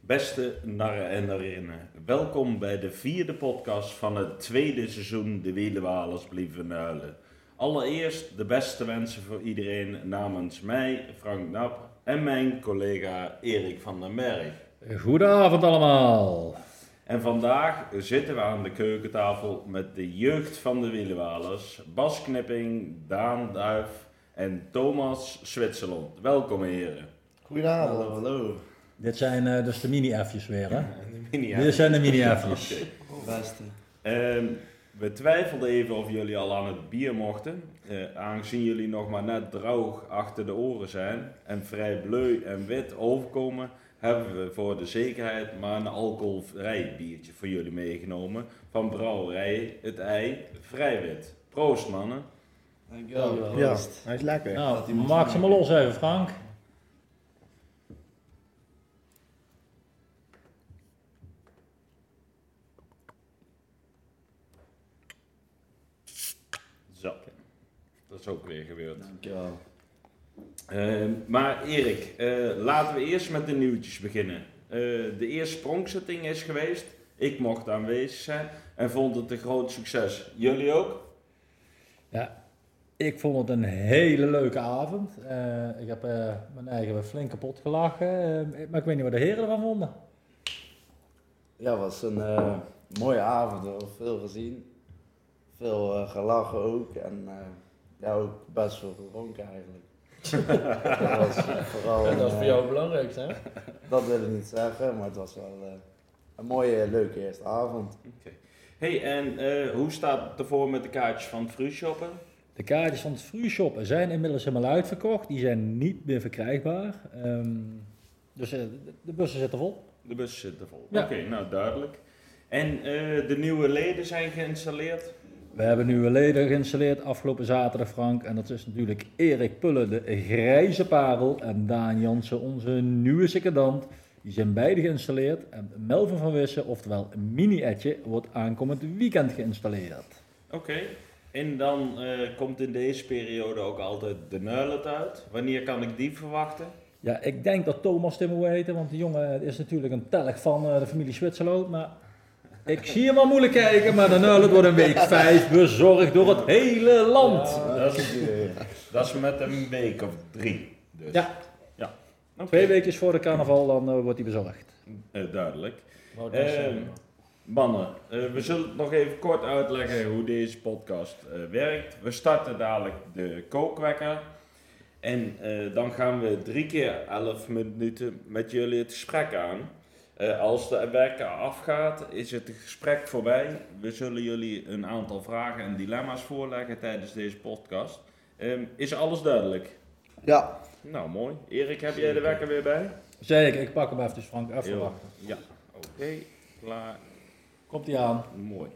Beste narren en narinnen, welkom bij de 4e podcast van het 2e seizoen De Wielenwalers Blieven Huilen. Allereerst de beste wensen voor iedereen namens mij, Frank Nap, en mijn collega Erik van den Berg. Goedenavond allemaal. En vandaag zitten we aan de keukentafel met de jeugd van de Wielenwalers, Bas Knipping, Daan Duif en Thomas Zwitserland. Welkom heren. Goedenavond. Hallo. Dit zijn dus de mini-F'jes weer, hè? Mini-F'jes. Dit zijn de mini-F'jes. Okay. Beste. We twijfelden even of jullie al aan het bier mochten, aangezien jullie nog maar net droog achter de oren zijn en vrij bleu en wit overkomen, hebben we voor de zekerheid maar een alcoholvrij biertje voor jullie meegenomen van brouwerij Het Ei Vrijwit. Proost mannen. Dankjewel. Ja, hij is lekker. Nou, maak ze maar los even, Frank. Zo, dat is ook weer gebeurd. Dankjewel. Maar Erik, laten we eerst met de nieuwtjes beginnen. De eerste sprongzitting is geweest. Ik mocht aanwezig zijn en vond het een groot succes. Jullie ook? Ja, ik vond het een hele leuke avond. Ik heb mijn eigen flink kapot gelachen, maar ik weet niet wat de heren ervan vonden. Ja, het was een mooie avond. We hebben veel gezien. Veel gelachen ook. En ja, ook best veel gedronken eigenlijk. Dat was vooral En dat is voor jou het belangrijkste, hè? Dat wil ik niet zeggen, maar het was wel een mooie, leuke eerste avond. Okay. Hey, en hoe staat het ervoor met de kaartjes van het Fruitshoppen? De kaartjes van het Fruitshoppen zijn inmiddels helemaal uitverkocht. Die zijn niet meer verkrijgbaar. Dus de bussen zitten vol. De bus zit er vol. Ja. Oké, nou duidelijk. En de nieuwe leden zijn geïnstalleerd? We hebben nieuwe leden geïnstalleerd afgelopen zaterdag, Frank. En dat is natuurlijk Erik Pullen, de grijze parel. En Daan Jansen, onze nieuwe secondant. Die zijn beide geïnstalleerd. En Melvin van Wissen, oftewel Mini-Etje, wordt aankomend weekend geïnstalleerd. Oké. En dan komt in deze periode ook altijd de Nuilet uit. Wanneer kan ik die verwachten? Ja, ik denk dat Thomas Tim moet weten, want die jongen is natuurlijk een telg van de familie Zwitserloot. Maar ik zie hem al moeilijk kijken, maar de Nuilet wordt in week 5 bezorgd door het hele land. Ja, dat is met een week of 3. Dus. Ja. Okay. 2 weken voor de carnaval, dan wordt hij bezorgd. Duidelijk. Wou ik net zeggen. Mannen, we zullen het nog even kort uitleggen hoe deze podcast werkt. We starten dadelijk de kookwekker. En dan gaan we 3 keer 11 minuten met jullie het gesprek aan. Als de wekker afgaat, is het gesprek voorbij. We zullen jullie een aantal vragen en dilemma's voorleggen tijdens deze podcast. Is alles duidelijk? Ja. Nou, mooi. Erik, heb jij de wekker weer bij? Zeker, ik pak hem even, dus Frank, even wachten. Ja, oké. Klaar. Komt hij aan. Mooi.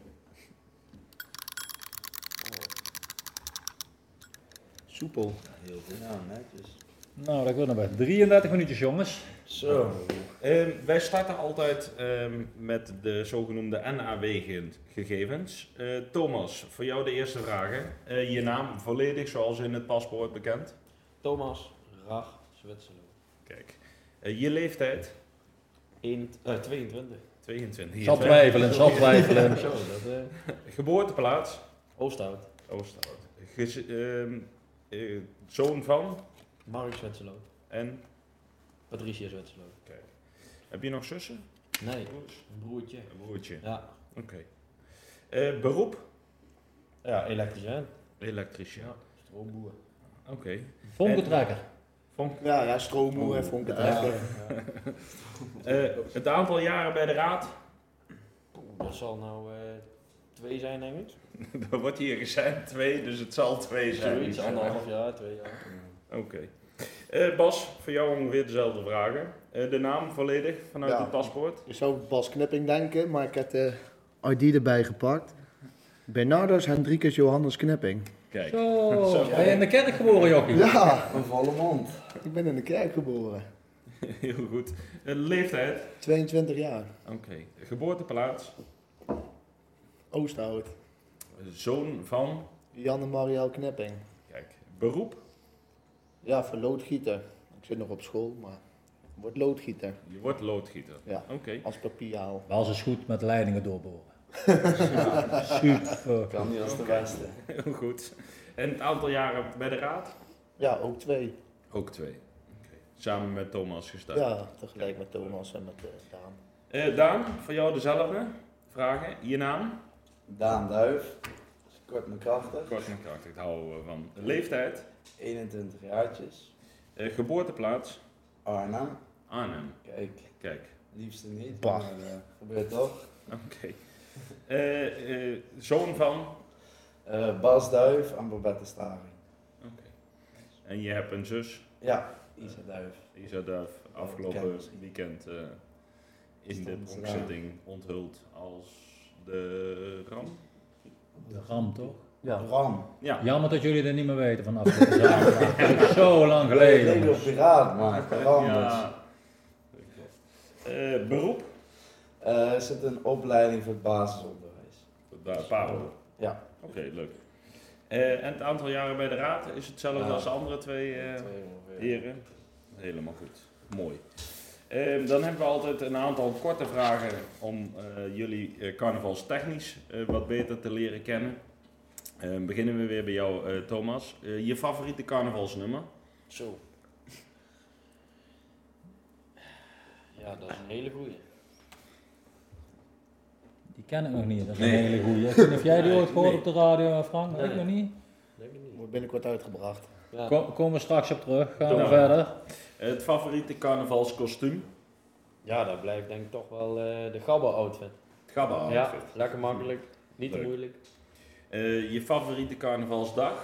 Soepel. Heel goed. Ja, netjes. Nou, dat kunnen we. 33 minuutjes, jongens. Zo. Wij starten altijd met de zogenoemde NAW-gegevens. Thomas, voor jou de eerste vraag. Je naam volledig zoals in het paspoort bekend. Thomas Rach, Zwitserland. Kijk. Je leeftijd? 22. 22. Zal twijfelen, zal twijfelen. Zo, dat Geboorteplaats? Oosthout. Oosthout. Zoon van? Mark Zwitserland. En? Patricia Zwitserland. Kijk. Heb je nog zussen? Nee, Broers? een broertje. Een broertje. Ja. Oké. Beroep? Ja, elektricien. Elektricien. Ja, stroomboer. Oké. Vonkentrekker. Ja, stroomboer en vonkentrekker. Het aantal jaren bij de raad? Dat zal nou 2 zijn, denk ik. Er wordt hier gezegd 2, dus het zal 2 zijn. Zoiets, 1,5 jaar, 2 jaar. Oké. Bas, voor jou ongeveer dezelfde vragen. De naam volledig vanuit Ja. het paspoort? Ik zou Bas Knipping denken, maar ik heb de ID erbij gepakt. Bernardus Hendrikus Johannes Knipping. Kijk. Zo, ben je in de kerk geboren, jochie? Ja, Een volle mond. ik ben in de kerk geboren. Heel goed. Leeftijd? 22 jaar. Oké. Geboorteplaats? Oosthout. Zoon van? Janne Mariel Kijk. Beroep? Ja, voor loodgieter. Ik zit nog op school, maar Wordt loodgieter. Je wordt loodgieter. Ja. Oké. Als papierhaal. Wel eens goed met leidingen doorboren. Ja, Super. kan niet als de beste. Heel goed. En het aantal jaren bij de raad? Ja, ook 2. Ook 2. Oké. Samen met Thomas gestart. Ja, tegelijk met Thomas en met Daan. Daan, voor jou dezelfde vragen. Je naam? Daan Duif, is kort maar krachtig, Kort en krachtig, ik hou van. Leeftijd? 21 jaartjes, Geboorteplaats? Arnhem. Arnhem. Kijk, Kijk. liefste niet, Bah. maar gebeurt toch. Oké. Zoon van? Bas Duif en Babette Staring. Oké. En je hebt een zus, Ja, Isa Duif. Isa Duif, afgelopen Bekend. weekend in de Stond pronkzitting onthuld als de ram. De ram toch? Ja. Ram. Ja. Jammer dat jullie dat niet meer weten van afgelopen zaterdag. Dat is zo lang geleden. Ik op piraat, maar Ram dus. Ja. Beroep? Er zit een opleiding voor het basisonderwijs. Daar, Paro. Ja. Oké, leuk. En het aantal jaren bij de raad is hetzelfde Ja. als de andere twee Twee ongeveer. heren? Helemaal goed. Mooi. Dan hebben we altijd een aantal korte vragen om jullie carnavalstechnisch wat beter te leren kennen. Beginnen we weer bij jou, Thomas. Je favoriete carnavalsnummer? Zo. Ja, dat is een hele goeie. Die ken ik nog niet, dat is Nee. een hele goeie. Ik weet niet of jij die Nee, ooit gehoord nee. op de radio, Frank? Nee. Ik nog niet. Denk ik niet. Wordt binnenkort uitgebracht. Ja. Komen we straks op terug, gaan we Ja. verder. Het favoriete carnavalskostuum? Ja, dat blijft denk ik toch wel de Gabba-outfit. Het Gabba Ja, outfit. lekker makkelijk, niet te Leuk. moeilijk. Je favoriete carnavalsdag?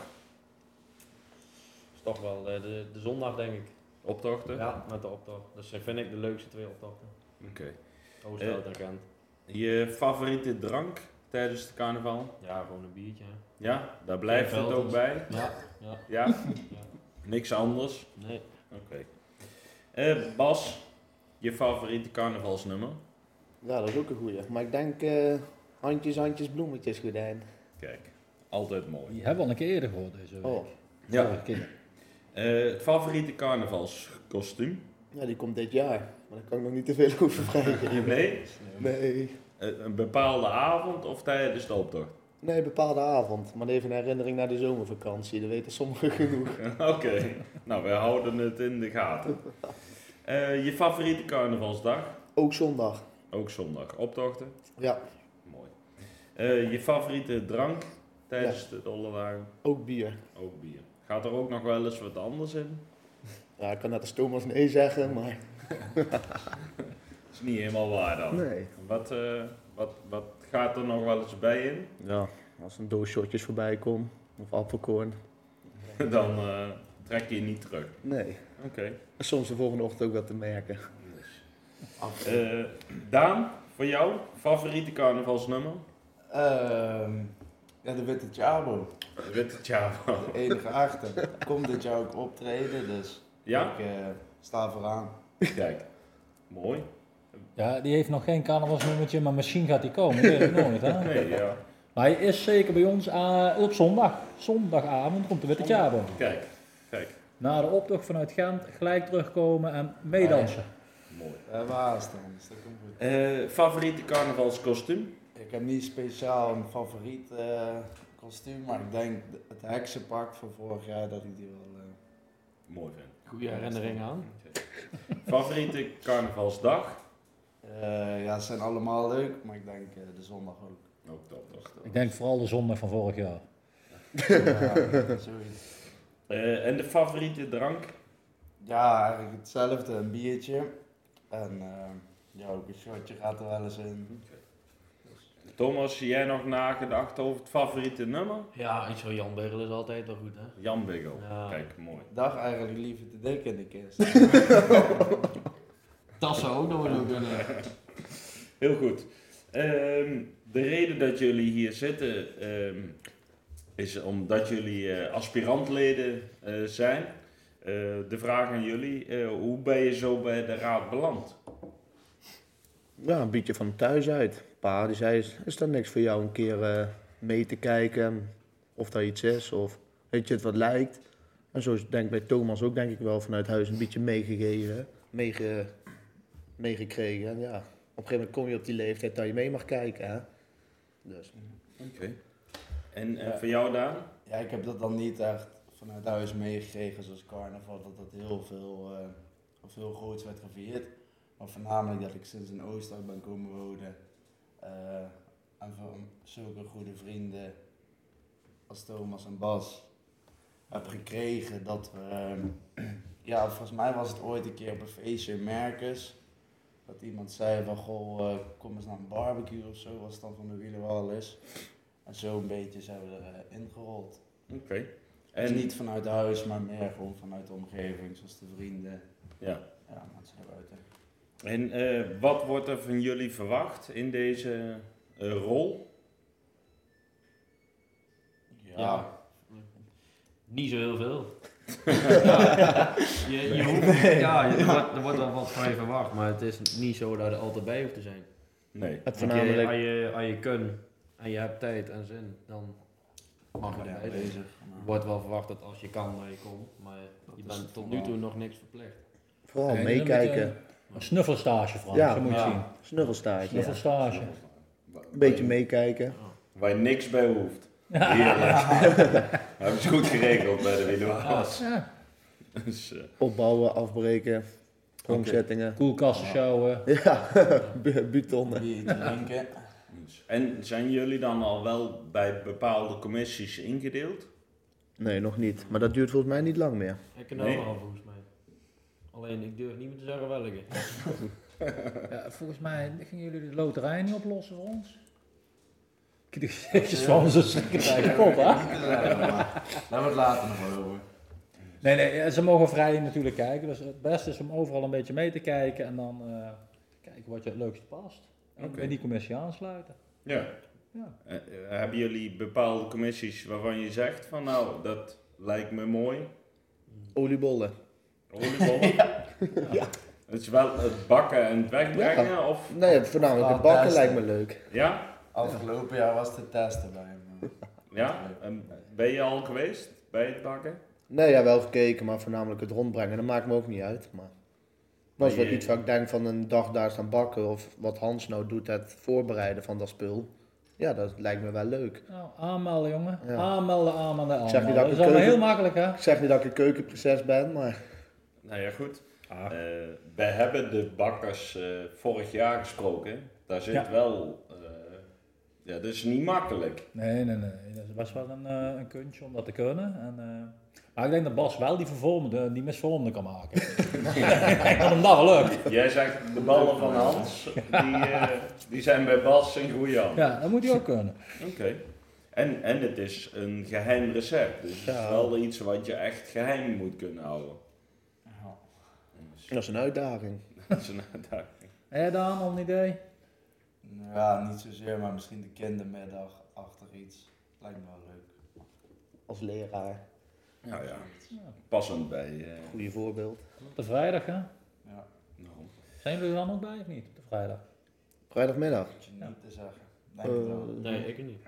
Is toch wel de zondag denk ik. Optochten? Ja, met de optocht. Dus dat vind ik de leukste 2 optochten. Oké. Oosterhout en Gent. Je favoriete drank tijdens het carnaval? Ja, gewoon een biertje. Hè. Ja, daar blijft Geen het ook veldjes. bij. Ja, ja, Ja? ja. Niks anders? Nee. Oké. Bas, je favoriete carnavalsnummer? Ja, dat is ook een goeie. Maar ik denk handjes, handjes, bloemetjes gordijn. Kijk, altijd mooi. Die hebben we al een keer eerder gehoord deze week. Oh, Vorige keer. Het favoriete carnavalskostuum? ja, die komt dit jaar. Maar daar kan ik nog niet te veel over vragen. Nee? Nee. Een bepaalde avond of tijdens de optocht? Nee, bepaalde avond. Maar even een herinnering naar de zomervakantie. Dat weten sommigen genoeg. Oké, nou we houden het in de gaten. Je favoriete carnavalsdag? Ook zondag. Ook zondag. Optochten? Ja, Mooi. Je favoriete drank tijdens de dolle dagen? ook bier. Ook bier. Gaat er ook nog wel eens wat anders in? Ja, ik kan net als Thomas nee zeggen, maar... Dat is niet helemaal waar dan. Nee. Wat gaat er nog wel eens bij in? Ja, als een doos shotjes voorbij komt. Of appelkorn. Dan trek je niet terug. Nee. Oké. En soms de volgende ochtend ook wat te merken. Daan, voor jou, favoriete carnavalsnummer? Ja, de Witte Chabo. Witte Chavo. De enige achter. Komt dit jaar ook optreden, dus Ja? ik sta vooraan. Kijk. Mooi. Ja, die heeft nog geen carnavalsnummertje, maar misschien gaat die komen. Dat weet ik nooit, hè? Nee, ja. Maar hij is zeker bij ons op zondag. Zondagavond komt de Witte Tjabo. Kijk. Kijk. Na de optocht vanuit Gent gelijk terugkomen en meedansen. Mooi. Waar staan, dus dat komt goed. Favoriete carnavalskostuum? Ik heb niet speciaal een favoriet kostuum, maar ik denk het heksenpak van vorig jaar dat ik die wel... Mooi vind. Goede herinnering aan. Favoriete carnavalsdag? Ja, ze zijn allemaal leuk, maar ik denk de zondag ook. Ook dat toch. Ik denk vooral de zondag van vorig jaar. Ja, zoiets. En de favoriete drank? Ja, eigenlijk hetzelfde, een biertje. En ja, ook een shotje gaat er wel eens in. Thomas, jij nog nagedacht over het favoriete nummer? Ja, iets van Jan Bergel is altijd wel goed, hè? Jan Biggel. Ja. Kijk, mooi. Ik dacht eigenlijk liever te dik in de kist. Dat zou ook nog wel kunnen. Heel goed. De reden dat jullie hier zitten is omdat jullie aspirantleden zijn. De vraag aan jullie, hoe ben je zo bij de raad beland? Ja, een beetje van thuis uit. Pa die zei, is dat niks voor jou een keer mee te kijken? Of dat iets is, of weet je het wat lijkt? En zo is het denk ik bij Thomas ook denk ik wel vanuit huis een beetje meegegeven. meegekregen. En ja, op een gegeven moment kom je op die leeftijd dat je mee mag kijken. Hè? Dus. Oké. En Ja. voor jou, Daan? Ja, ik heb dat dan niet echt vanuit huis meegekregen zoals carnaval, dat dat heel groots werd gevierd. Maar voornamelijk dat ik sinds in Oosterhout ben komen wonen. En van zulke goede vrienden als Thomas en Bas heb gekregen dat we... ja, volgens mij was het ooit een keer op een feestje in Merkens. Dat iemand zei van, goh, kom eens naar een barbecue of zo, was het dan van de wielerwalers. En zo een beetje zijn we erin gerold. Oké. Dus niet vanuit huis, maar meer gewoon vanuit de omgeving, zoals de vrienden. Ja. Ja, mensen daarbuiten. En wat wordt er van jullie verwacht in deze rol? Ja. Niet zo heel veel. Ja, je hoeft, er wordt wel wat van je verwacht, maar het is niet zo dat je er altijd bij hoeft te zijn. Nee. Het voornamelijk, Als je kunt en je hebt tijd en zin, dan mag je Ja, erbij zijn. bezig. Er wordt wel verwacht dat als je kan, dat je komt, maar je is bent het tot nu toe nog niks verplicht. vooral Nee, meekijken. Een snuffelstage, Frans, Ja. zo moet je Ja. zien. Snuffelstage. Snuffelstage. Een beetje meekijken. Waar je niks bij hoeft. Heerlijk. Hebben ze goed geregeld bij de wielerwalers. Ja. Dus, Opbouwen, afbreken, omzettingen. Koelkasten sjouwen. Ja, betonnen. Biertje drinken. en zijn jullie dan al wel bij bepaalde commissies ingedeeld? Nee, nog niet. Maar dat duurt volgens mij niet lang meer. Ik kan Nee. ook al volgens mij. Alleen ik durf niet meer te zeggen welke. Ja, volgens mij gingen jullie de loterij niet oplossen voor ons. Ik de gezichtjes van ze schrikken bij de kop, hè? Daar hebben we het later nog over. Nee, ze mogen vrij natuurlijk kijken. Dus het beste is om overal een beetje mee te kijken en dan kijken wat je het leukst past. En Oké. bij die commissie aansluiten. Ja. Ja. Hebben jullie bepaalde commissies waarvan je zegt van nou, dat lijkt me mooi? Oliebollen. Oliebollen? Ja. Het is wel het bakken en het wegbrengen of? Nee, voornamelijk het Ah, bakken testen. lijkt me leuk. Ja? Afgelopen jaar was de testen bij hem. Ja? En ben je al geweest bij het bakken? Nee, ja, wel gekeken, maar voornamelijk het rondbrengen. Dat maakt me ook niet uit. Maar dat is wel Maar je- iets waar ik denk van een dag daar staan bakken. Of wat Hans nou doet, het voorbereiden van dat spul. Ja, dat lijkt me wel leuk. Nou, aanmelden jongen. Ja. Aanmelden. zeg niet Dat dat ik is een allemaal keuken- heel makkelijk, hè? Ik zeg niet dat ik een keukenprinses ben, maar Nou ja, goed. Ah. Wij hebben de bakkers vorig jaar gesproken. Daar zit Ja. wel... ja, dat is niet makkelijk. Nee. Dat is best wel een kunstje om dat te kunnen. En, maar ik denk dat Bas wel die misvormde kan maken. Dat hem dat wel lukt. Jij zegt de ballen van Hans, die zijn bij Bas in goede hand. Ja, dat moet hij ook kunnen. Oké. En het is een geheim recept. Dus het is Ja. wel iets wat je echt geheim moet kunnen houden. Dus dat is een uitdaging. dat is een uitdaging. En jij Daan, al een idee? Ja, niet zozeer, maar misschien de kindermiddag achter iets. Lijkt me wel leuk. Als leraar. Nou ja, passend bij... Goeie voorbeeld. Op de vrijdag, hè? Ja, nou, Zijn jullie er dan ook bij of niet? Op de vrijdag? Vrijdagmiddag. dat je niet te zeggen. Denk het wel. Nee, ik niet.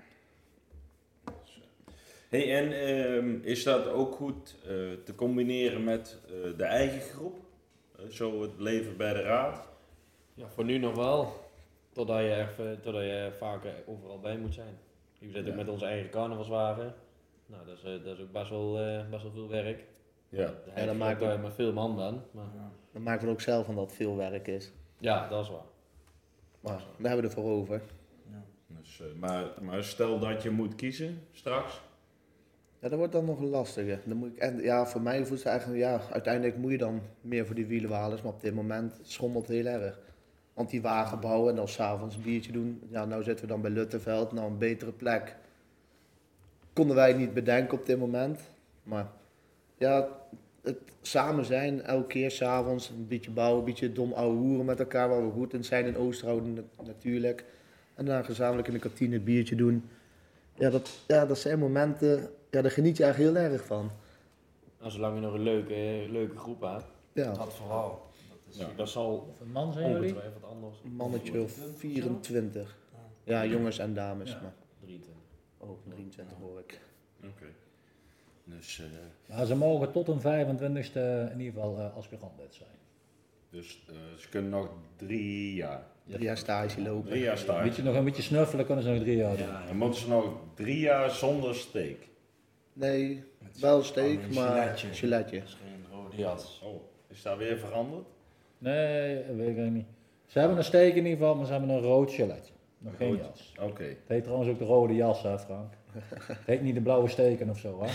Hey, en is dat ook goed te combineren met de eigen groep? Zo het leven bij de raad? Ja, voor nu nog wel. Totdat je vaker overal bij moet zijn. We zitten Ja. ook met onze eigen carnavalswagen. Nou, dat is ook best wel veel werk. Ja. Dat maakt dat je met veel man bent. Maar Ja. Dan maken we ook zelf van dat het veel werk is. ja, dat is waar. Maar daar hebben we ervoor over. Ja. Dus, maar stel dat je moet kiezen straks. Ja, dat wordt dan nog een lastige. Dan moet ik, en ja, voor mij voelt het eigenlijk, ja, uiteindelijk moet je dan meer voor die wielenwalers, maar op dit moment schommelt het heel erg. Want die wagen bouwen en dan s'avonds een biertje doen. Ja, nou zitten we dan bij Luttenveld, nou een betere plek. Konden wij niet bedenken op dit moment. Maar ja, het samen zijn, elke keer s'avonds een beetje bouwen, een beetje dom ouwe hoeren met elkaar, waar we goed in zijn in Oosterhouden natuurlijk. En dan gezamenlijk in de kantine een biertje doen. Ja, dat zijn momenten, ja, daar geniet je eigenlijk heel erg van. Nou, zolang je nog een leuke groep hebt. Ja, Dat vooral. Dat is Ja. Dat zal Hoeveel man zijn jullie? ongetwijfeld anders. een mannetje of 24. Ja, jongens en dames, Ja. maar 23. ook 23 hoor ik. Oké. Dus, Maar ze mogen tot een 25e in ieder geval aspirant lid zijn. Dus ze kunnen nog 3 jaar. 3 jaar stage lopen. 3 jaar stage. Weet je nog een beetje snuffelen, kunnen ze nog 3 jaar doen. Dan moeten ze nog 3 jaar zonder steek. Nee, wel steek, Alleen maar giletje. giletje. Dat is geen rode jas. Oh, is dat weer veranderd? Nee, dat weet ik eigenlijk niet. Ze hebben een steek in ieder geval, maar ze hebben een rood giletje. Nog geen Rood. jas. Oké. Het heet trouwens ook de rode jas, hè Frank? Het heet niet de blauwe steken of zo, hè?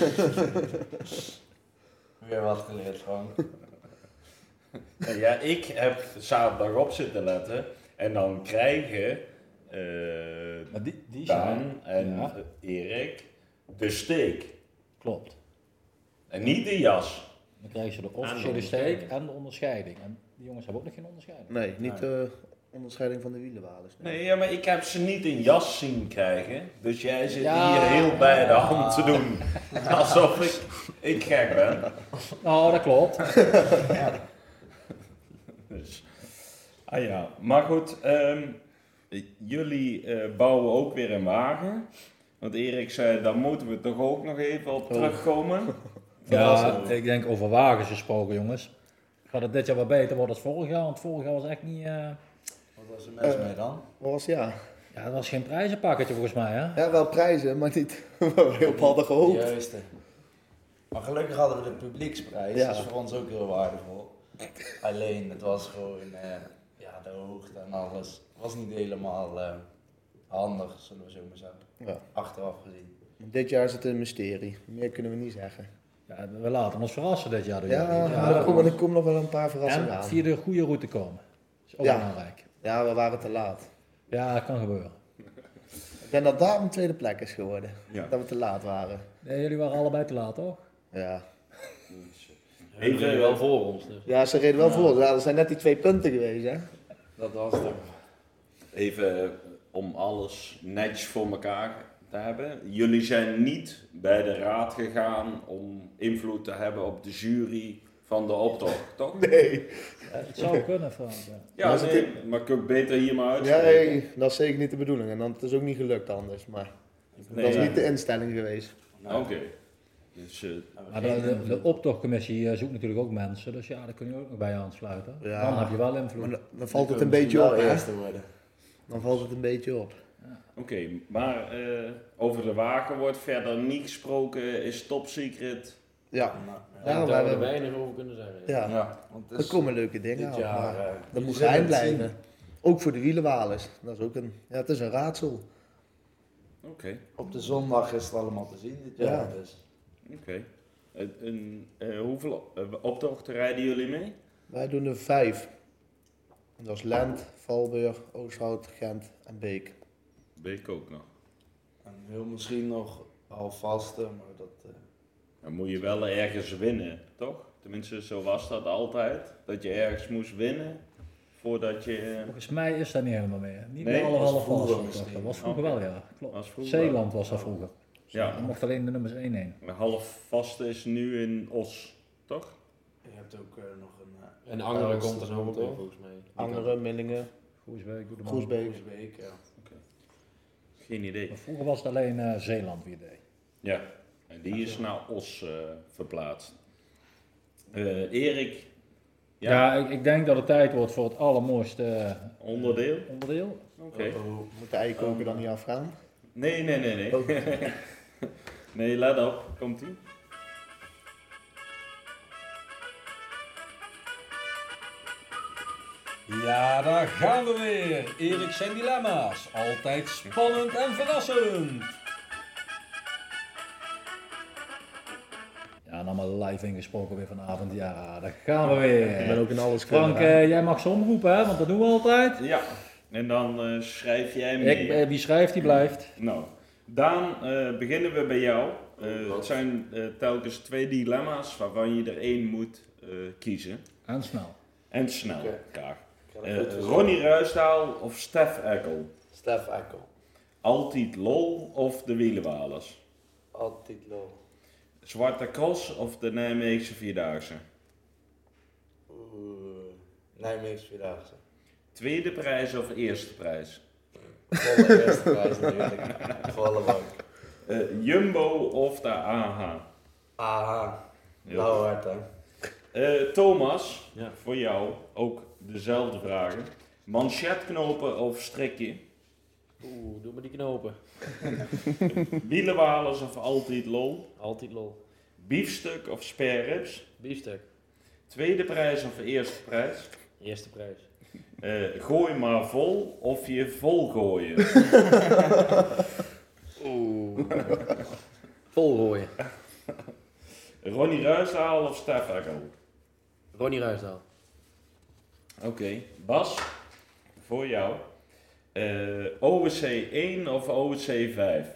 Weer wat geleerd, Frank. Ja, ik heb zaterdag op zitten letten. En dan krijgen Maar die Daan en Ja, Erik de steek. klopt. En niet de jas. Dan krijgen ze de En officiële de steek onderscheiding. en de onderscheiding. En die jongens hebben ook nog geen onderscheiding. Nee, niet de onderscheiding van de wielenwalers. Nee, ja, maar ik heb ze niet een jas zien krijgen. Dus jij zit Ja. hier heel bij de hand te doen. Alsof ik gek ben. Nou, dat klopt. Dus, ja, maar goed. Jullie bouwen ook weer een wagen. Want Erik zei, daar moeten we toch ook nog even op terugkomen. Ja, ik denk over wagens gesproken, jongens. Gaat het dit jaar wat beter worden als vorig jaar? Want vorig jaar was echt niet... Wat was er mis mee dan? Wat was ja? Ja, dat was geen prijzenpakketje volgens mij, hè? Ja, wel prijzen, maar niet waar we op hadden gehoopt. Juiste. Maar gelukkig hadden we de publieksprijs, Ja. dat is voor ons ook heel waardevol. Alleen, het was gewoon, ja, de hoogte en alles. Het was niet helemaal handig, zullen we zo maar zeggen. Ja. Achteraf gezien. Dit jaar is het een mysterie. Meer kunnen we niet zeggen. Ja, we laten ons verrassen dit jaar. door Ja, jullie. maar er komen nog wel een paar verrassingen En aan. via de goede route komen. Dat is ook Ja. belangrijk. Ja, we waren te laat. Ja, dat kan gebeuren. Ik denk dat daar een tweede plek is geworden. Ja. Dat we te laat waren. Nee, jullie waren allebei te laat, toch? Ja, Even wel voor ons. Dus. ja ze reden wel voor. Ja, er zijn net die 2 punten geweest, hè? Dat was het. Even om alles netjes voor elkaar te hebben. Jullie zijn niet bij de raad gegaan om invloed te hebben op de jury van de optocht, toch? Nee. Ja, het zou kunnen, Frank. Ja. Ja, Maar nee, maar ik ook beter hier maar Ja, uitspreken. nee, dat is zeker niet de bedoeling. En dan, het is ook niet gelukt anders. Maar Nee, dat is ja. niet de instelling geweest. Oké. Dus, Maar de optochtcommissie zoekt natuurlijk ook mensen, dus ja, daar kun je ook nog bij aansluiten. Ja. Dan heb je wel Maar invloed. dan valt het een beetje op, hè? Eerste worden. Dan valt het een beetje op. Oké, maar over de wagen wordt verder niet gesproken, is top secret. Ja, Ja, Ja, Daar we hebben we hebben- weinig over kunnen zeggen. ja. ja, want het Er is komen leuke dingen dit aan. jaar, Maar dat jullie moet zullen geheim het zien. blijven. Ook voor de wielenwalers. Dat is ook een, ja, het is een raadsel. Oké, Op de zondag is het allemaal te zien dit jaar. Ja. Dus. oké. Hoeveel optochten rijden jullie mee? Wij doen er 5. Dat is Lent, Valburg, Oosthout, Gent en Beek. Weet ik ook nog. En heel misschien nog alvast, maar dat... Dan moet je wel ergens winnen, toch? Tenminste, zo was dat altijd. Dat je ergens moest winnen voordat je... Volgens mij is dat niet helemaal meer. Niet Nee, meer alle dat was halve vroeger vast. misschien. Dat was vroeger Oké. wel, ja. Klopt. Was vroeger Zeeland was dat vroeger. Ja, Dan mocht alleen de nummers 1 heen. half vast is nu in Os, toch? Je hebt ook nog een... En Angeren Elst komt er zo ook toch? weer, volgens mij. Angeren, Millingen, Goesbeek, doe de man. Groesbeek. Groesbeek, ja. Geen idee. Maar vroeger was het alleen Zeeland wie het deed. Ja, en die is naar Os verplaatst. Erik, Ja, ik denk dat het tijd wordt voor het allermooiste onderdeel? onderdeel. Oké. Moet de eikoker dan niet afgaan? Nee. Oh. Nee, let op. Komt ie. Ja, daar gaan we weer. Erik zijn dilemma's. Altijd spannend en verrassend. Ja, en allemaal live ingesproken weer vanavond. Ja, daar gaan we weer. Ik ben ook in alles Frank, jij mag ze omroepen, hè? Want dat doen we altijd. Ja, en dan schrijf jij mee. Wie schrijft, die blijft. Nou, Daan, beginnen we bij jou. Het zijn telkens 2 dilemma's waarvan je er 1 moet kiezen. En snel. En snel, Oké. graag. Ik ga er goed voor Ronnie Ruisdaal of Stef Eckel? Stef Eckel. Altijd Lol of de Wielenwalers? Altijd lol. Zwarte Cross of de Nijmeegse Vierdaagse? Nijmeegse Vierdaagse. Tweede prijs of eerste prijs? Volle eerste prijs natuurlijk. Volle bank. Jumbo of de AH? Aha. Heel Nou hard hè. Thomas, Ja. voor jou ook dezelfde vragen. Manchetknopen of strikje? Oeh, doe maar die knopen. Wielenwalers of altijd lol? Altijd lol. Biefstuk of spareribs? Biefstuk. Tweede prijs of eerste prijs? Eerste prijs. Gooi maar vol of je vol gooien? Oeh. Volgooien. Ronnie Ruisdaal of Stef Eckel? Ronnie Ruisdaal. Oké, Bas, voor jou. OSC 1 of OSC 5?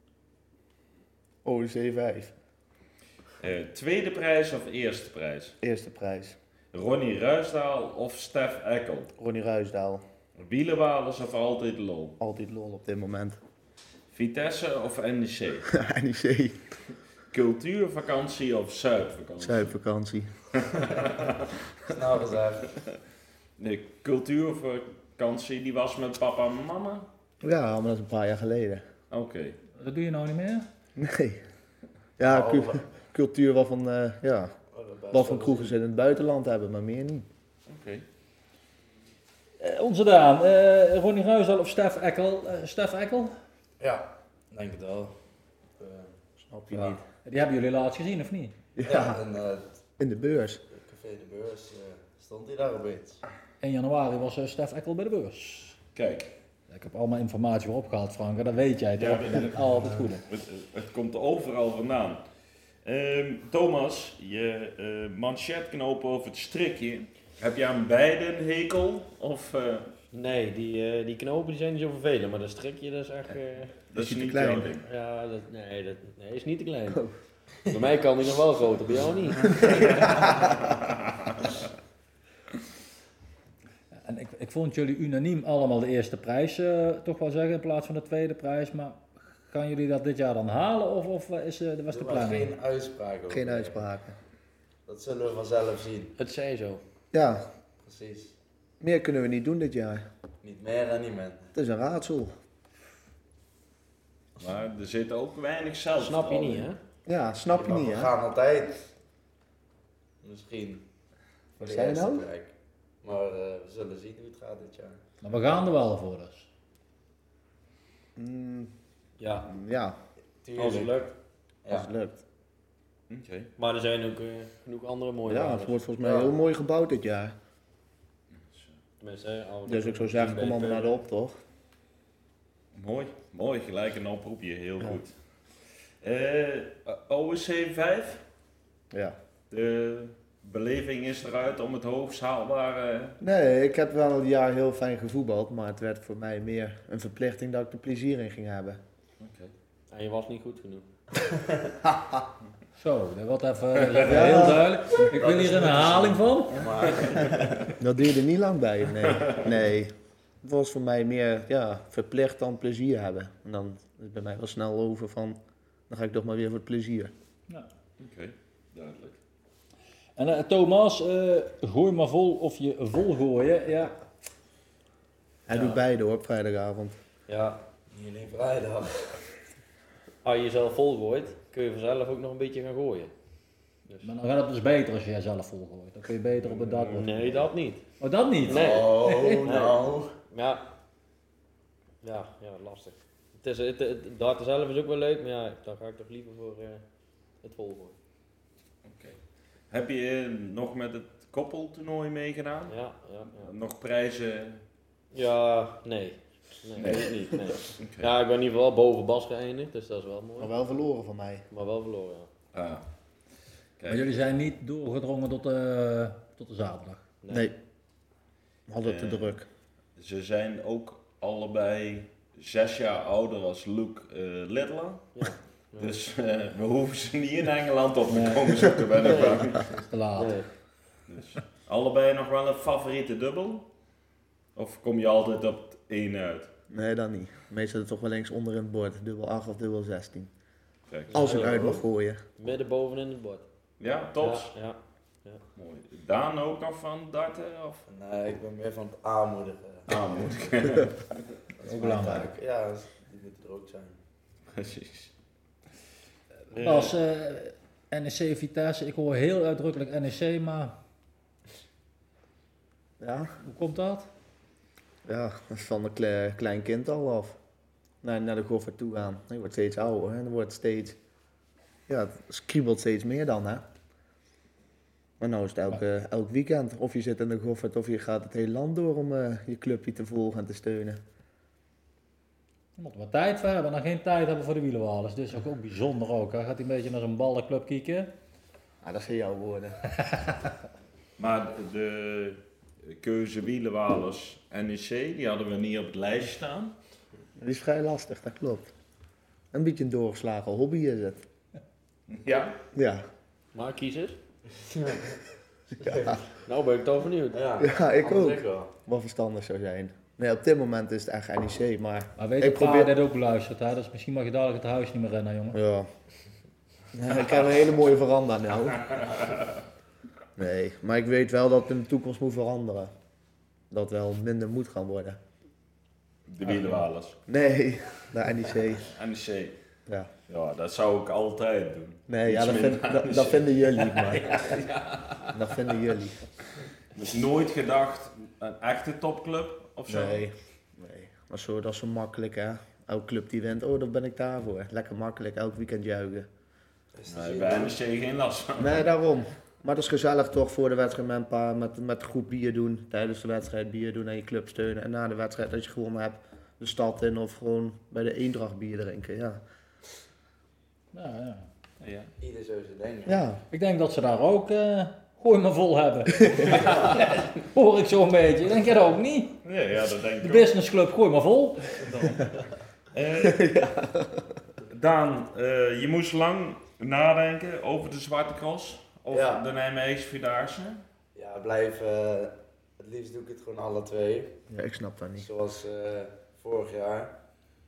OEC 5. Tweede prijs of eerste prijs? Eerste prijs. Ronnie Ruisdaal of Stef Eckel? Ronnie Ruisdaal. Wielenwalers of altijd lol? Altijd lol op dit moment. Vitesse of NEC? NEC. Cultuurvakantie of Zuidvakantie? Zuidvakantie. Snel gezegd. De cultuurvakantie die was met papa en mama? Ja, maar dat is een paar jaar geleden. Oké. Dat doe je nou niet meer? Nee. Ja, cultuur waarvan, ja, wat van kroegen ze in het buitenland hebben, maar meer niet. Oké. Onze Daan, Ronnie Ruisdaal of Stef Eckel? Stef Eckel? Ja, denk het wel. Snap je Ja. niet. Die hebben jullie laatst gezien, of niet? Ja, en In de beurs. Café de Beurs stond hij daar opeens. 1 januari was Stef Eckel bij de beurs. Kijk, Ik heb allemaal informatie weer opgehaald, Frank, en dat weet jij toch? Ja. Daar ben ik altijd goed in. het komt overal vandaan. Thomas, je manchetknopen of het strikje, heb je aan beide een hekel? Of Nee, die knopen die zijn niet zo vervelend, maar dat strikje dat is echt... dat is je te niet klein? jouw ding? ja, nee, is niet te klein. Bij mij kan die nog wel groter, bij jou niet. En ik vond jullie unaniem allemaal de eerste prijs toch wel zeggen, in plaats van de tweede prijs, maar gaan jullie dat dit jaar dan halen of was de Er was planning? geen uitspraak over. Geen uitspraken. Dat zullen we vanzelf zien. Het zij zo. Ja, Precies. meer kunnen we niet doen dit jaar. Niet meer en niet minder. Het is een raadsel. Maar er zit ook weinig zelf. Snap je niet, hè? Ja, snap je Maar niet, we hè? gaan altijd. Misschien. Voor Wat de zei je eerste nou? plek. Maar we zullen zien hoe het gaat dit jaar. Maar we gaan er wel voor dus. Ja, Ja, als het lukt. als Ja. het lukt. Oké. Maar er zijn ook genoeg andere mooie Ja, wagens. het wordt volgens mij Ja. heel mooi gebouwd dit jaar. Tenminste, hè, al- Dus ik zou zeggen, kom allemaal naar de optocht. Mooi, gelijk een oproepje, heel Ja. goed. OSC 5, Ja. de beleving is eruit om het hoogst haalbare. Nee, ik heb wel een jaar heel fijn gevoetbald, maar het werd voor mij meer een verplichting dat ik er plezier in ging hebben. En je was niet goed genoeg. Zo, dat wordt even heel duidelijk. Ik wil hier een herhaling van. Maar Dat deed er niet lang bij, nee. Nee, het was voor mij meer ja, verplicht dan plezier hebben. En dan is het bij mij wel snel over van, dan ga ik toch maar weer voor het plezier. Oké, duidelijk. En Thomas, gooi maar vol of je vol gooien. Ja, Hij Ja. doet beide hoor, op vrijdagavond. Ja, niet alleen vrijdag. als je jezelf vol gooit, kun je vanzelf ook nog een beetje gaan gooien. Dus. maar dan gaat het dus beter als je jezelf vol gooit. Dan kun je beter op het dartbord. Nee, dat niet. Oh, dat niet? Nee. Oh, nou. Ja, lastig. Het darten zelf is ook wel leuk, maar ja, dan ga ik toch liever voor het vol gooien. Heb je nog met het koppeltoernooi meegedaan? Ja. Nog prijzen? Ja, nee. Nee, Nee. niet. Nee. Oké. Ja, ik ben in ieder geval boven Bas geëindigd, dus dat is wel mooi. Maar wel verloren van mij. Maar wel verloren, ja. Ah. Kijk. Maar jullie zijn niet doorgedrongen tot de zaterdag. Nee. We hadden het te Eh, druk. Ze zijn ook allebei 6 jaar ouder als Luke Littler. Ja. Dus we hoeven ze niet in Engeland op te Nee. komen zoeken bij de bank. Dat is te laat. Nee. Dus, allebei nog wel een favoriete dubbel? Of kom je altijd op het 1 uit? Nee, dat niet. Meestal toch wel links onder in het bord. Dubbel 8 of dubbel 16. Kijk. Als ik uit mag gooien. Midden boven in het bord. Ja, tops. Ja. Mooi. Daan ook nog van darten? Of Nee, ik ben meer van het aanmoedigen. aanmoedigen? Dat is Ook mijn belangrijk. taak. Ja, die moeten er ook zijn. Precies. Bas, NEC Vitesse, ik hoor heel uitdrukkelijk NEC, maar Ja, hoe komt dat? ja, dat is van een klein kind al af. Naar de Goffert toe gaan. Je wordt steeds ouder en er wordt steeds... Ja, het kriebelt steeds meer dan, hè. Maar nou is het elk weekend. Of je zit in de Goffert of je gaat het hele land door om je clubje te volgen en te steunen. Je moet er wat tijd voor hebben en dan geen tijd hebben voor de wielerwalers. Dit is ook bijzonder ook. Hè? Gaat hij een beetje naar zo'n ballenclub kijken? Ja, dat zijn jouw woorden. Maar de keuze wielenwalers NEC, die hadden we niet op het lijstje staan. Dat is vrij lastig, dat klopt. Een beetje een doorgeslagen hobby is het. Ja. Ja. Maar kiezers? Ja, Nou ben ik toch benieuwd. Ja, ja ik ook. Ik wel. Wat verstandig zou zijn. Nee, op dit moment is het echt NEC, maar... Maar weet Ik je, probeer probeer- dit ook beluisterd, hè? Dus misschien mag je dadelijk het huis niet meer rennen, jongen. Ja. Ja, ik heb een hele mooie veranda nou. Nee, maar ik weet wel dat het in de toekomst moet veranderen. Dat wel minder moet gaan worden. De wielenwalers. Nee, de NEC. NEC. Ja. Ja, dat zou ik altijd doen. Nee, ja, Iets dat, minder dat NEC. vinden jullie, maar. Dat vinden jullie. Dus nooit gedacht, een echte topclub of zo? Nee, nee. Dat is zo makkelijk, hè. Elke club die wint, oh, daar ben ik daarvoor. Lekker makkelijk, elk weekend juichen. Nee, bij NEC geen last van. Nee, daarom. Maar het is gezellig toch voor de wedstrijd met een paar, met een groep bier doen. Tijdens de wedstrijd bier doen en je club steunen. En na de wedstrijd, als je gewonnen hebt, de stad in of gewoon bij de Eendracht bier drinken, ja. Ja. Ja. Ieder zo zijn ding. Ja, Ik denk dat ze daar ook gooi maar vol hebben. Hoor ik zo'n beetje. Denk je dat ook niet? Nee, ja, dat denk ik De ook. businessclub, gooi maar vol. Daan, je moest lang nadenken over de Zwarte Cross of Ja. de Nijmeegse Vierdaagse. Ja, het liefst doe ik het gewoon alle twee. ja, ik snap dat niet. Zoals vorig jaar.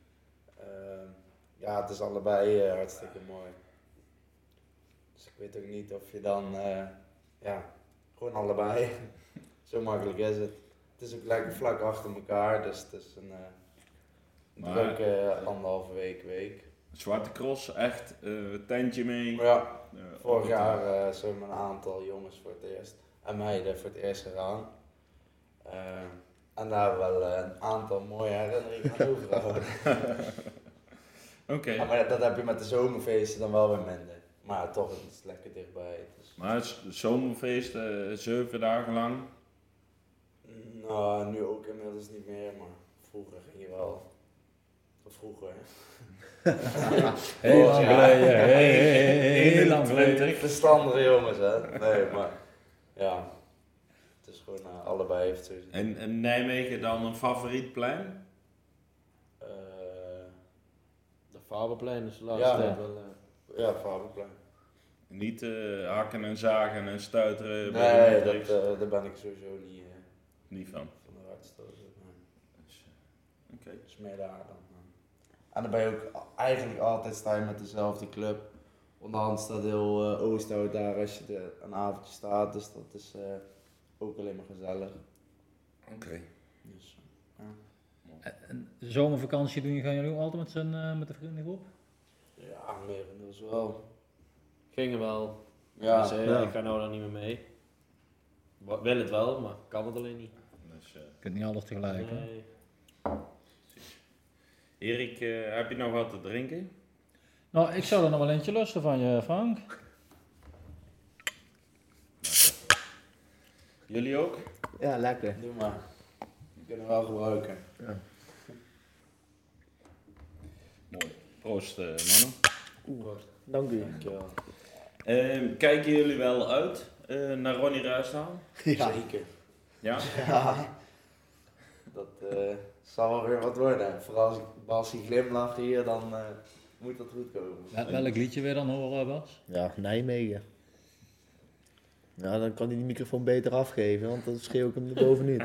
Ja, het is allebei hartstikke mooi. Dus ik weet ook niet of je dan, ja, gewoon allebei. Zo makkelijk is het. Het is ook lekker vlak achter elkaar, dus het is een Maar- drukke 1,5 week. Zwarte Cross, echt tentje mee. Maar ja, vorig Altijd, jaar zijn een aantal jongens voor het eerst en meiden voor het eerst gegaan. En daar hebben we wel een aantal mooie herinneringen aan overgehouden. Oké. Ja, maar dat heb je met de zomerfeesten dan wel weer minder. Maar toch, het is lekker dichtbij. Dus. Maar het zomerfeest, 7 dagen lang. Nou, nu ook inmiddels niet meer, maar vroeger ging je wel. Of vroeger. Heel lang Ja. geleden. Heel lang geleden. Verstandige jongens, hè? Nee, maar ja. Het is gewoon allebei heeft zo zin. En Nijmegen dan een favoriet plein? Eh, De Faberplein is de laatste Ja. tijd wel... ja, Faberplein. Niet hakken en zagen en stuiteren bij Nee, de Matrix? daar ben ik sowieso Niet van. van de uitstoten. Nee. Dus, Oké. Dus meer daar dan. En dan ben je ook eigenlijk altijd sta je met dezelfde club. Onderhand staat heel Oosthout daar als je een avondje staat, dus dat is ook alleen maar gezellig. Oké. Dus, En de zomervakantie gaan jullie ook altijd met de vriendengroep? ja, merendeels wel. Gingen wel. Ja, Dus, ja. ik ga nou dan niet meer mee. Wil het wel, maar kan het alleen niet. Dus, Je kunt niet alles tegelijk. Hè? Nee. Erik, heb je nog wat te drinken? Nou, ik zou er nog wel eentje lusten van je, Frank. Jullie ook? Ja, lekker. doe maar. Die kunnen we wel gebruiken. Mooi. Proost, mannen. Dank u. Dankjewel. Kijken jullie wel uit naar Ronnie Ruijsdaal? Ja. Zeker. Ja? Ja. Dat zal wel weer wat worden. Vooral als ik Bassie glimlach hier, dan moet dat goed komen. Welk liedje weer dan horen, Bas? Ja, Nijmegen. Ja, dan kan hij die microfoon beter afgeven, want dan schreeuw ik hem er bovenuit.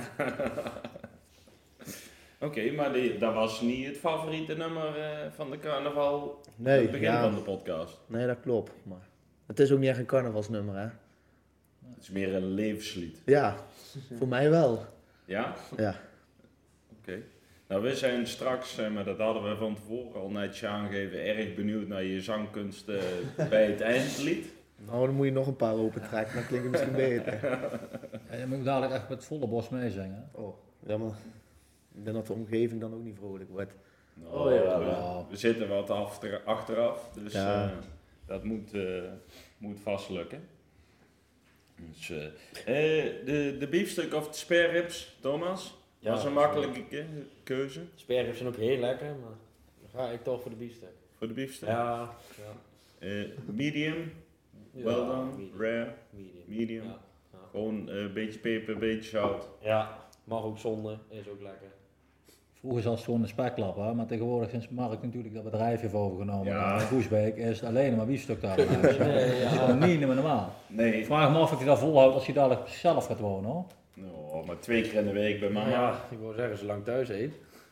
Oké, maar dat was niet het favoriete nummer van de carnaval aan Nee, het begin ja, van de podcast. nee, dat klopt. Maar het is ook niet echt een carnavalsnummer, hè? Het is meer een levenslied. Ja, voor mij wel. Ja? Ja. Oké. Nou, we zijn straks, maar dat hadden we van tevoren al netjes aangegeven, erg benieuwd naar je zangkunst bij het eindlied. Nou, dan moet je nog een paar open trekken, dan klinkt het misschien beter. Ja, je moet dadelijk echt met volle borst meezingen. Oh, ja, maar ik denk dat de omgeving dan ook niet vrolijk wordt. Nou, we zitten wat achteraf, dus Ja. dat moet vast lukken. Dus, de biefstuk of de spare ribs, Thomas? Ja, was een makkelijke keuze Sperrips zijn ook heel lekker, maar dan ga ik toch voor de biefstuk. voor de biefstuk. Ja. Medium, Ja, well done, medium. rare, Medium. medium. Ja. Gewoon een beetje peper, een beetje zout. Ja, mag ook zonder, is ook lekker. Vroeger was het gewoon een speklapper, maar tegenwoordig sinds Mark natuurlijk dat bedrijf heeft overgenomen. Ja. In Goesbeek is het alleen maar biefstuk daar. Dat Nee, is gewoon niet meer normaal. Nee, Ik vraag me af of je dat volhoudt als je dadelijk zelf gaat wonen hoor. nou, maar 2 keer in de week bij mama. Ja, ik wou zeggen, zolang thuis eet.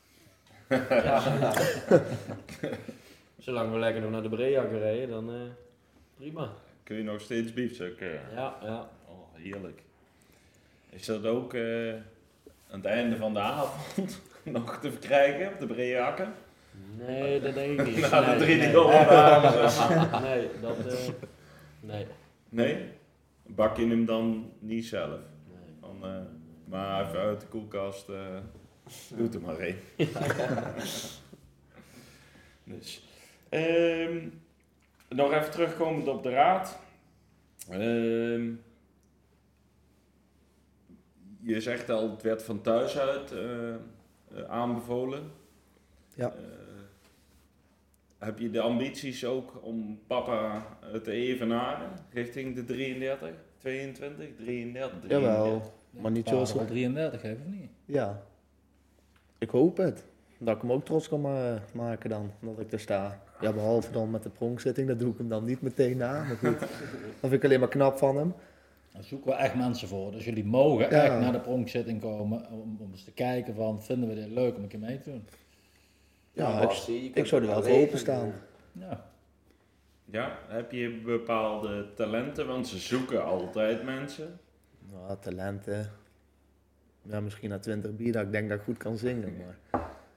Zolang we lekker nog naar de Brea kunnen rijden, dan prima. Kun je nog steeds biefstuk? Ja. Oh, heerlijk. Is dat ook aan het einde van de avond nog te verkrijgen op de Breakken? Nee, dat denk ik niet. Na de Nee, 3 nee. dagen. Nee, dat... nee. Nee? Bak je hem dan niet zelf? Nee. Dan, maar even uit de koelkast, doe er maar één. Dus, nog even terugkomend op de raad. Je zegt al, het werd van thuis uit aanbevolen. Ja. Heb je de ambities ook om papa te evenaren richting de 33, 22, 33, 33? Jawel, maar niet Paarden zoals... wel 33 heeft of niet? Ja. Ik hoop het. Dat ik hem ook trots kan maken dan, dat ik er sta. Ja, behalve dan met de pronkzitting, dat doe ik hem dan niet meteen na. Maar goed, dat vind ik alleen maar knap van hem. Daar zoeken we echt mensen voor. Dus jullie mogen Ja. echt naar de pronkzitting komen om eens te kijken van, vinden we dit leuk om een keer mee te doen? Ja, Bassie, je ik kunt zou er wel voor alleen openstaan. Ja. Ja, heb je bepaalde talenten? Want ze zoeken altijd mensen. Nou, talenten. Ja, misschien na 20 bier dat ik denk dat ik goed kan zingen, maar...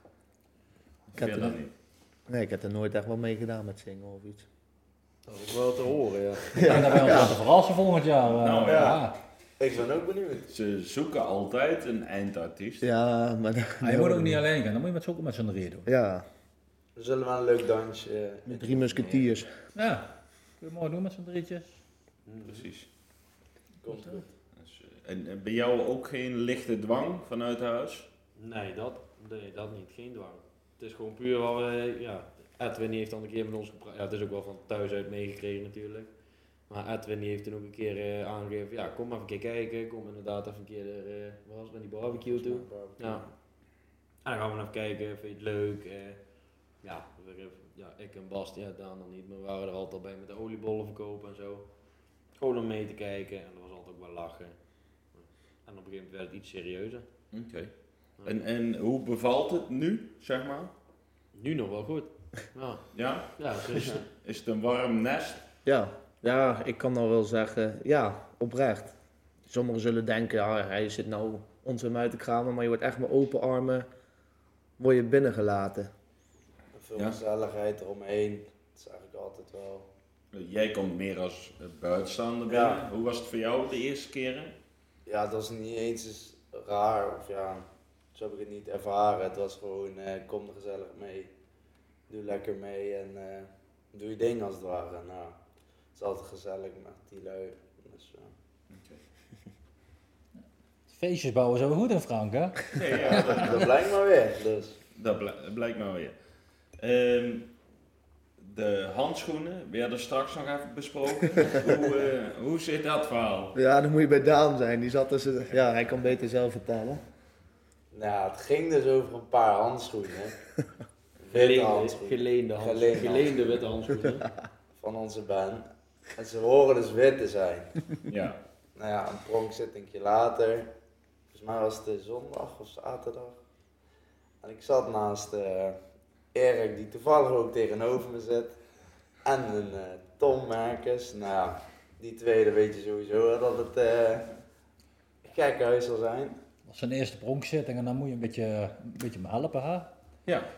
Ik heb, Verder er, niet. nee, ik heb er nooit echt wel mee gedaan met zingen of iets. Dat is ook wel te horen, ja. Ik denk dat wij ons laten verrassen volgend jaar. Nou, ja. Ik ben ook benieuwd. Ze zoeken altijd een eindartiest. Ja, maar... Maar je moet ook niet alleen gaan, dan moet je met z'n met z'n drieën doen. Ja, We zullen wel een leuk dansje. met 3 musketiers. Ja, kun je mooi doen met z'n drietjes. Precies. Komt goed. Dus, en bij jou ook geen lichte dwang vanuit huis? Nee, dat niet. Geen dwang. Het is gewoon puur wat we, ja, Edwin die heeft dan een keer met ons gepraat. Ja, het is ook wel van thuis uit meegekregen natuurlijk. Maar Edwin die heeft toen ook een keer aangegeven, ja, kom maar even een keer kijken. Kom inderdaad even een keer wat was het, naar die barbecue toe. Ja. En dan gaan we even kijken, vind je het leuk? Ja, ik en Bast, ja, Daan dan niet, maar we waren er altijd al bij met de oliebollen verkopen en zo. Gewoon om mee te kijken en dat was altijd ook wel lachen. En op een gegeven moment werd het iets serieuzer. Oké. En hoe bevalt het nu, zeg maar? Nu nog wel goed. Ja, Ja? ja, dus, Is het een warm nest? Ja, ik kan nou wel zeggen, ja, oprecht. Sommigen zullen denken, ja, hij zit nou ons hem uit te kramen, maar je wordt echt met open armen word je binnengelaten. Veel Ja. gezelligheid eromheen. Dat is eigenlijk altijd wel. Jij komt meer als buitenstaander binnen. Ja. Hoe was het voor jou de eerste keren? Ja, dat was niet eens raar. Of ja, zo heb ik het niet ervaren. Het was gewoon, kom er gezellig mee. Doe lekker mee en doe je ding als het ware. Nou, het is altijd gezellig met die lui. Dus, Feestjes bouwen zo goed in Frank, hè? Nee, ja, dat blijkt maar weer. Dus. dat blijkt maar weer. De handschoenen werden straks nog even besproken. Hoe zit dat verhaal? Ja, dan moet je bij Daan zijn. Die zat tussen, ja, hij kan beter zelf vertellen. Nou, het ging dus over een paar handschoenen. Witte handschoenen. geleende witte handschoenen. Van onze band. En ze horen dus wit te zijn. Ja. Nou ja, een pronkzittingje later. Volgens mij was het zondag of zaterdag. En ik zat naast Erik, die toevallig ook tegenover me zit. En een Tom Merkens. Nou ja, die tweede weet je sowieso hè, dat het gek huis zal zijn. Dat is zijn eerste pronkszitting en dan moet je een beetje me helpen, hè? Ja.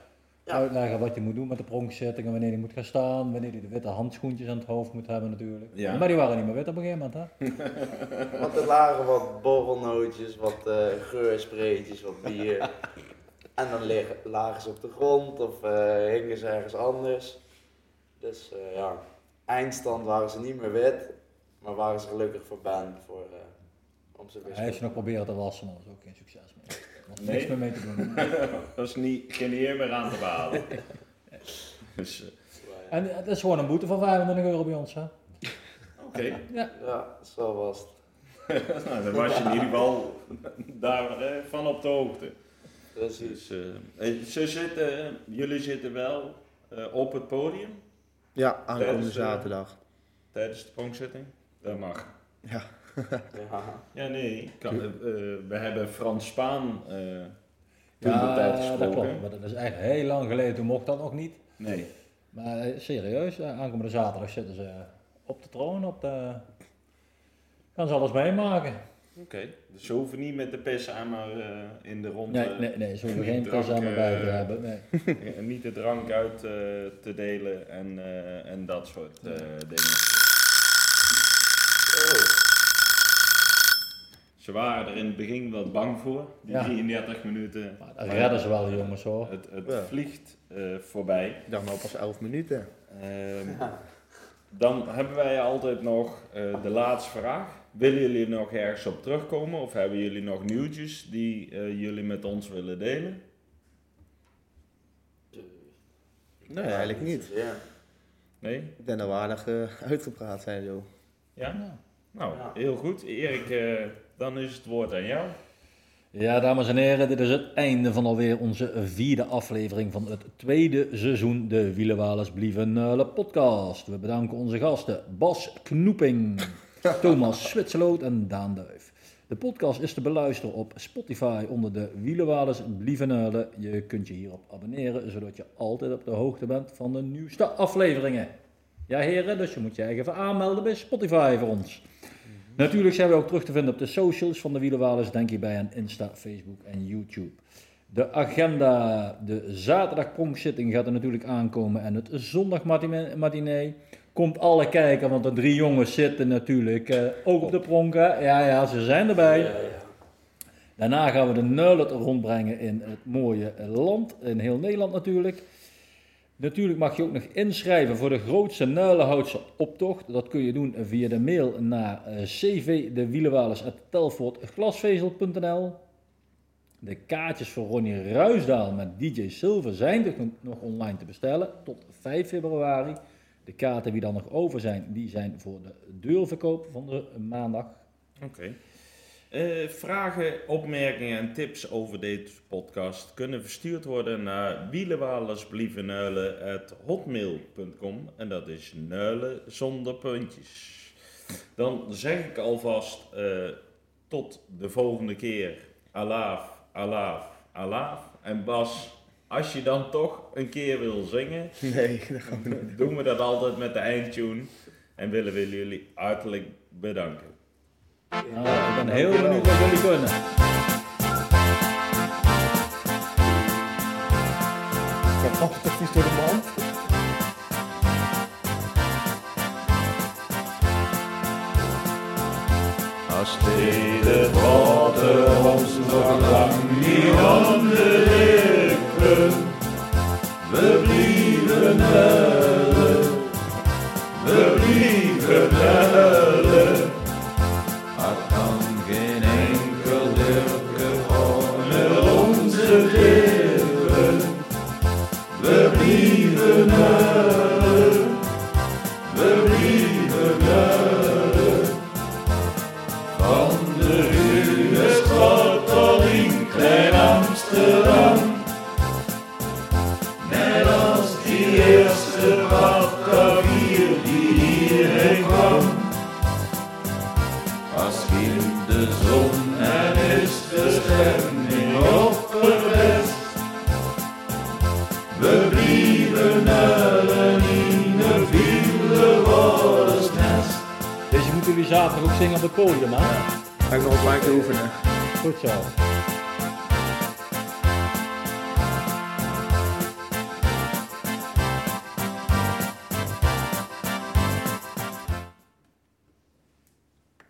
uitleggen wat je moet doen met de pronkzittingen, wanneer je moet gaan staan, wanneer je de witte handschoentjes aan het hoofd moet hebben natuurlijk. Ja. Maar die waren niet meer wit op een gegeven moment, hè? Want er lagen wat borrelnootjes, wat geurspreetjes, wat bier. En dan lagen ze op de grond of hingen ze ergens anders. Dus eindstand waren ze niet meer wit, maar waren ze gelukkig verband om ze weer Hij heeft ze nog proberen te wassen, maar dat was ook geen succes meer. Er was Nee. niks meer mee te doen. Dat is geen eer meer aan te behalen. Dus, En het is gewoon een boete van €25 bij ons, hè? oké. Ja. Ja, zo was het. Nou, dan was je in ieder geval daarvan op de hoogte. Precies. Dus, jullie zitten wel op het podium Ja, aankomende Tijdens, zaterdag. tijdens de pronkzitting. Dat mag. Ja. Ja. Ja, nee. We hebben Frans Spaan toen de tijd Ja, dat gesproken. klopt. Maar dat is echt heel lang geleden, toen mocht dat nog niet. Nee. Maar serieus, aankomende zaterdag zitten ze op de troon, gaan ze alles meemaken. Oké. Dus ze hoeven niet met de pisemmer in de ronde. Nee, ze hoeven geen drank, pers aan bij te hebben. Nee. En niet de drank uit te delen en dat soort dingen. Ze waren er in het begin wat bang voor, die Ja. 33 minuten. Maar dat redden ze wel, die jongens hoor. Het Ja. vliegt voorbij. Ik dacht nou pas 11 minuten. Dan hebben wij altijd nog de laatste vraag. Willen jullie nog ergens op terugkomen of hebben jullie nog nieuwtjes die jullie met ons willen delen? Nee, eigenlijk niet. Ja. Nee? Ik denk dat we aardig uitgepraat zijn zo. Ja? Ja. Nou, Ja. heel goed. Erik, dan is het woord aan jou. Ja, dames en heren, dit is het einde van alweer onze 4e aflevering van het 2e seizoen de Wielenwalers Blieven Nuilen podcast. We bedanken onze gasten Bas Knoeping, Thomas Zwitserloot en Daan Duif. De podcast is te beluisteren op Spotify onder de Wielenwalers Blieven Nuilen. Je kunt je hierop abonneren, zodat je altijd op de hoogte bent van de nieuwste afleveringen. Ja heren, dus je moet je even aanmelden bij Spotify voor ons. Natuurlijk zijn we ook terug te vinden op de socials van de Wielenwalers. Denk hierbij aan Insta, Facebook en YouTube. De agenda, de zaterdag pronkzitting gaat er natuurlijk aankomen en het zondag matinee. Komt alle kijken, want de 3 jongens zitten natuurlijk ook op de pronken. Ja, ze zijn erbij. Ja. Daarna gaan we de Nuilen rondbrengen in het mooie land, in heel Nederland natuurlijk. Natuurlijk mag je ook nog inschrijven voor de grootste Nuilenhoutse optocht. Dat kun je doen via de mail naar cvdewielenwalers@telfortglasvezel.nl. De kaartjes voor Ronnie Ruisdaal met DJ Silver zijn dus nog online te bestellen tot 5 februari. De kaarten die dan nog over zijn, die zijn voor de deurverkoop van de maandag. Oké. Vragen, opmerkingen en tips over deze podcast kunnen verstuurd worden naar wielenwalersblievennuilen@hotmail.com en dat is nuilen zonder puntjes. Dan zeg ik alvast tot de volgende keer. Alaaf, alaaf, alaaf. En Bas, als je dan toch een keer wil zingen, Nee, dat gaan we niet. doen we dat altijd met de eindtune en willen we jullie hartelijk bedanken. Nou, ik ben heel benieuwd wat jullie kunnen. Ik heb altijd iets door de mand. Als steden water ons nog lang niet aan de lippen, we blieven huilen, we blieven huilen. Er kan geen enkel dirke onder onze lippen, we blieven huilen, we blieven huilen. Van de Runestraat tot in Klein Amsterdam. Net als die eerste pachtkavier die hierheen kwam. Als in de zon en is de stemming opgeblest. We blieven huilen in de Wielenwalersnest. Deze moeten jullie zaterdag ook zingen op het podium, hè? Ga ik nog een paar keer oefenen. Goed zo.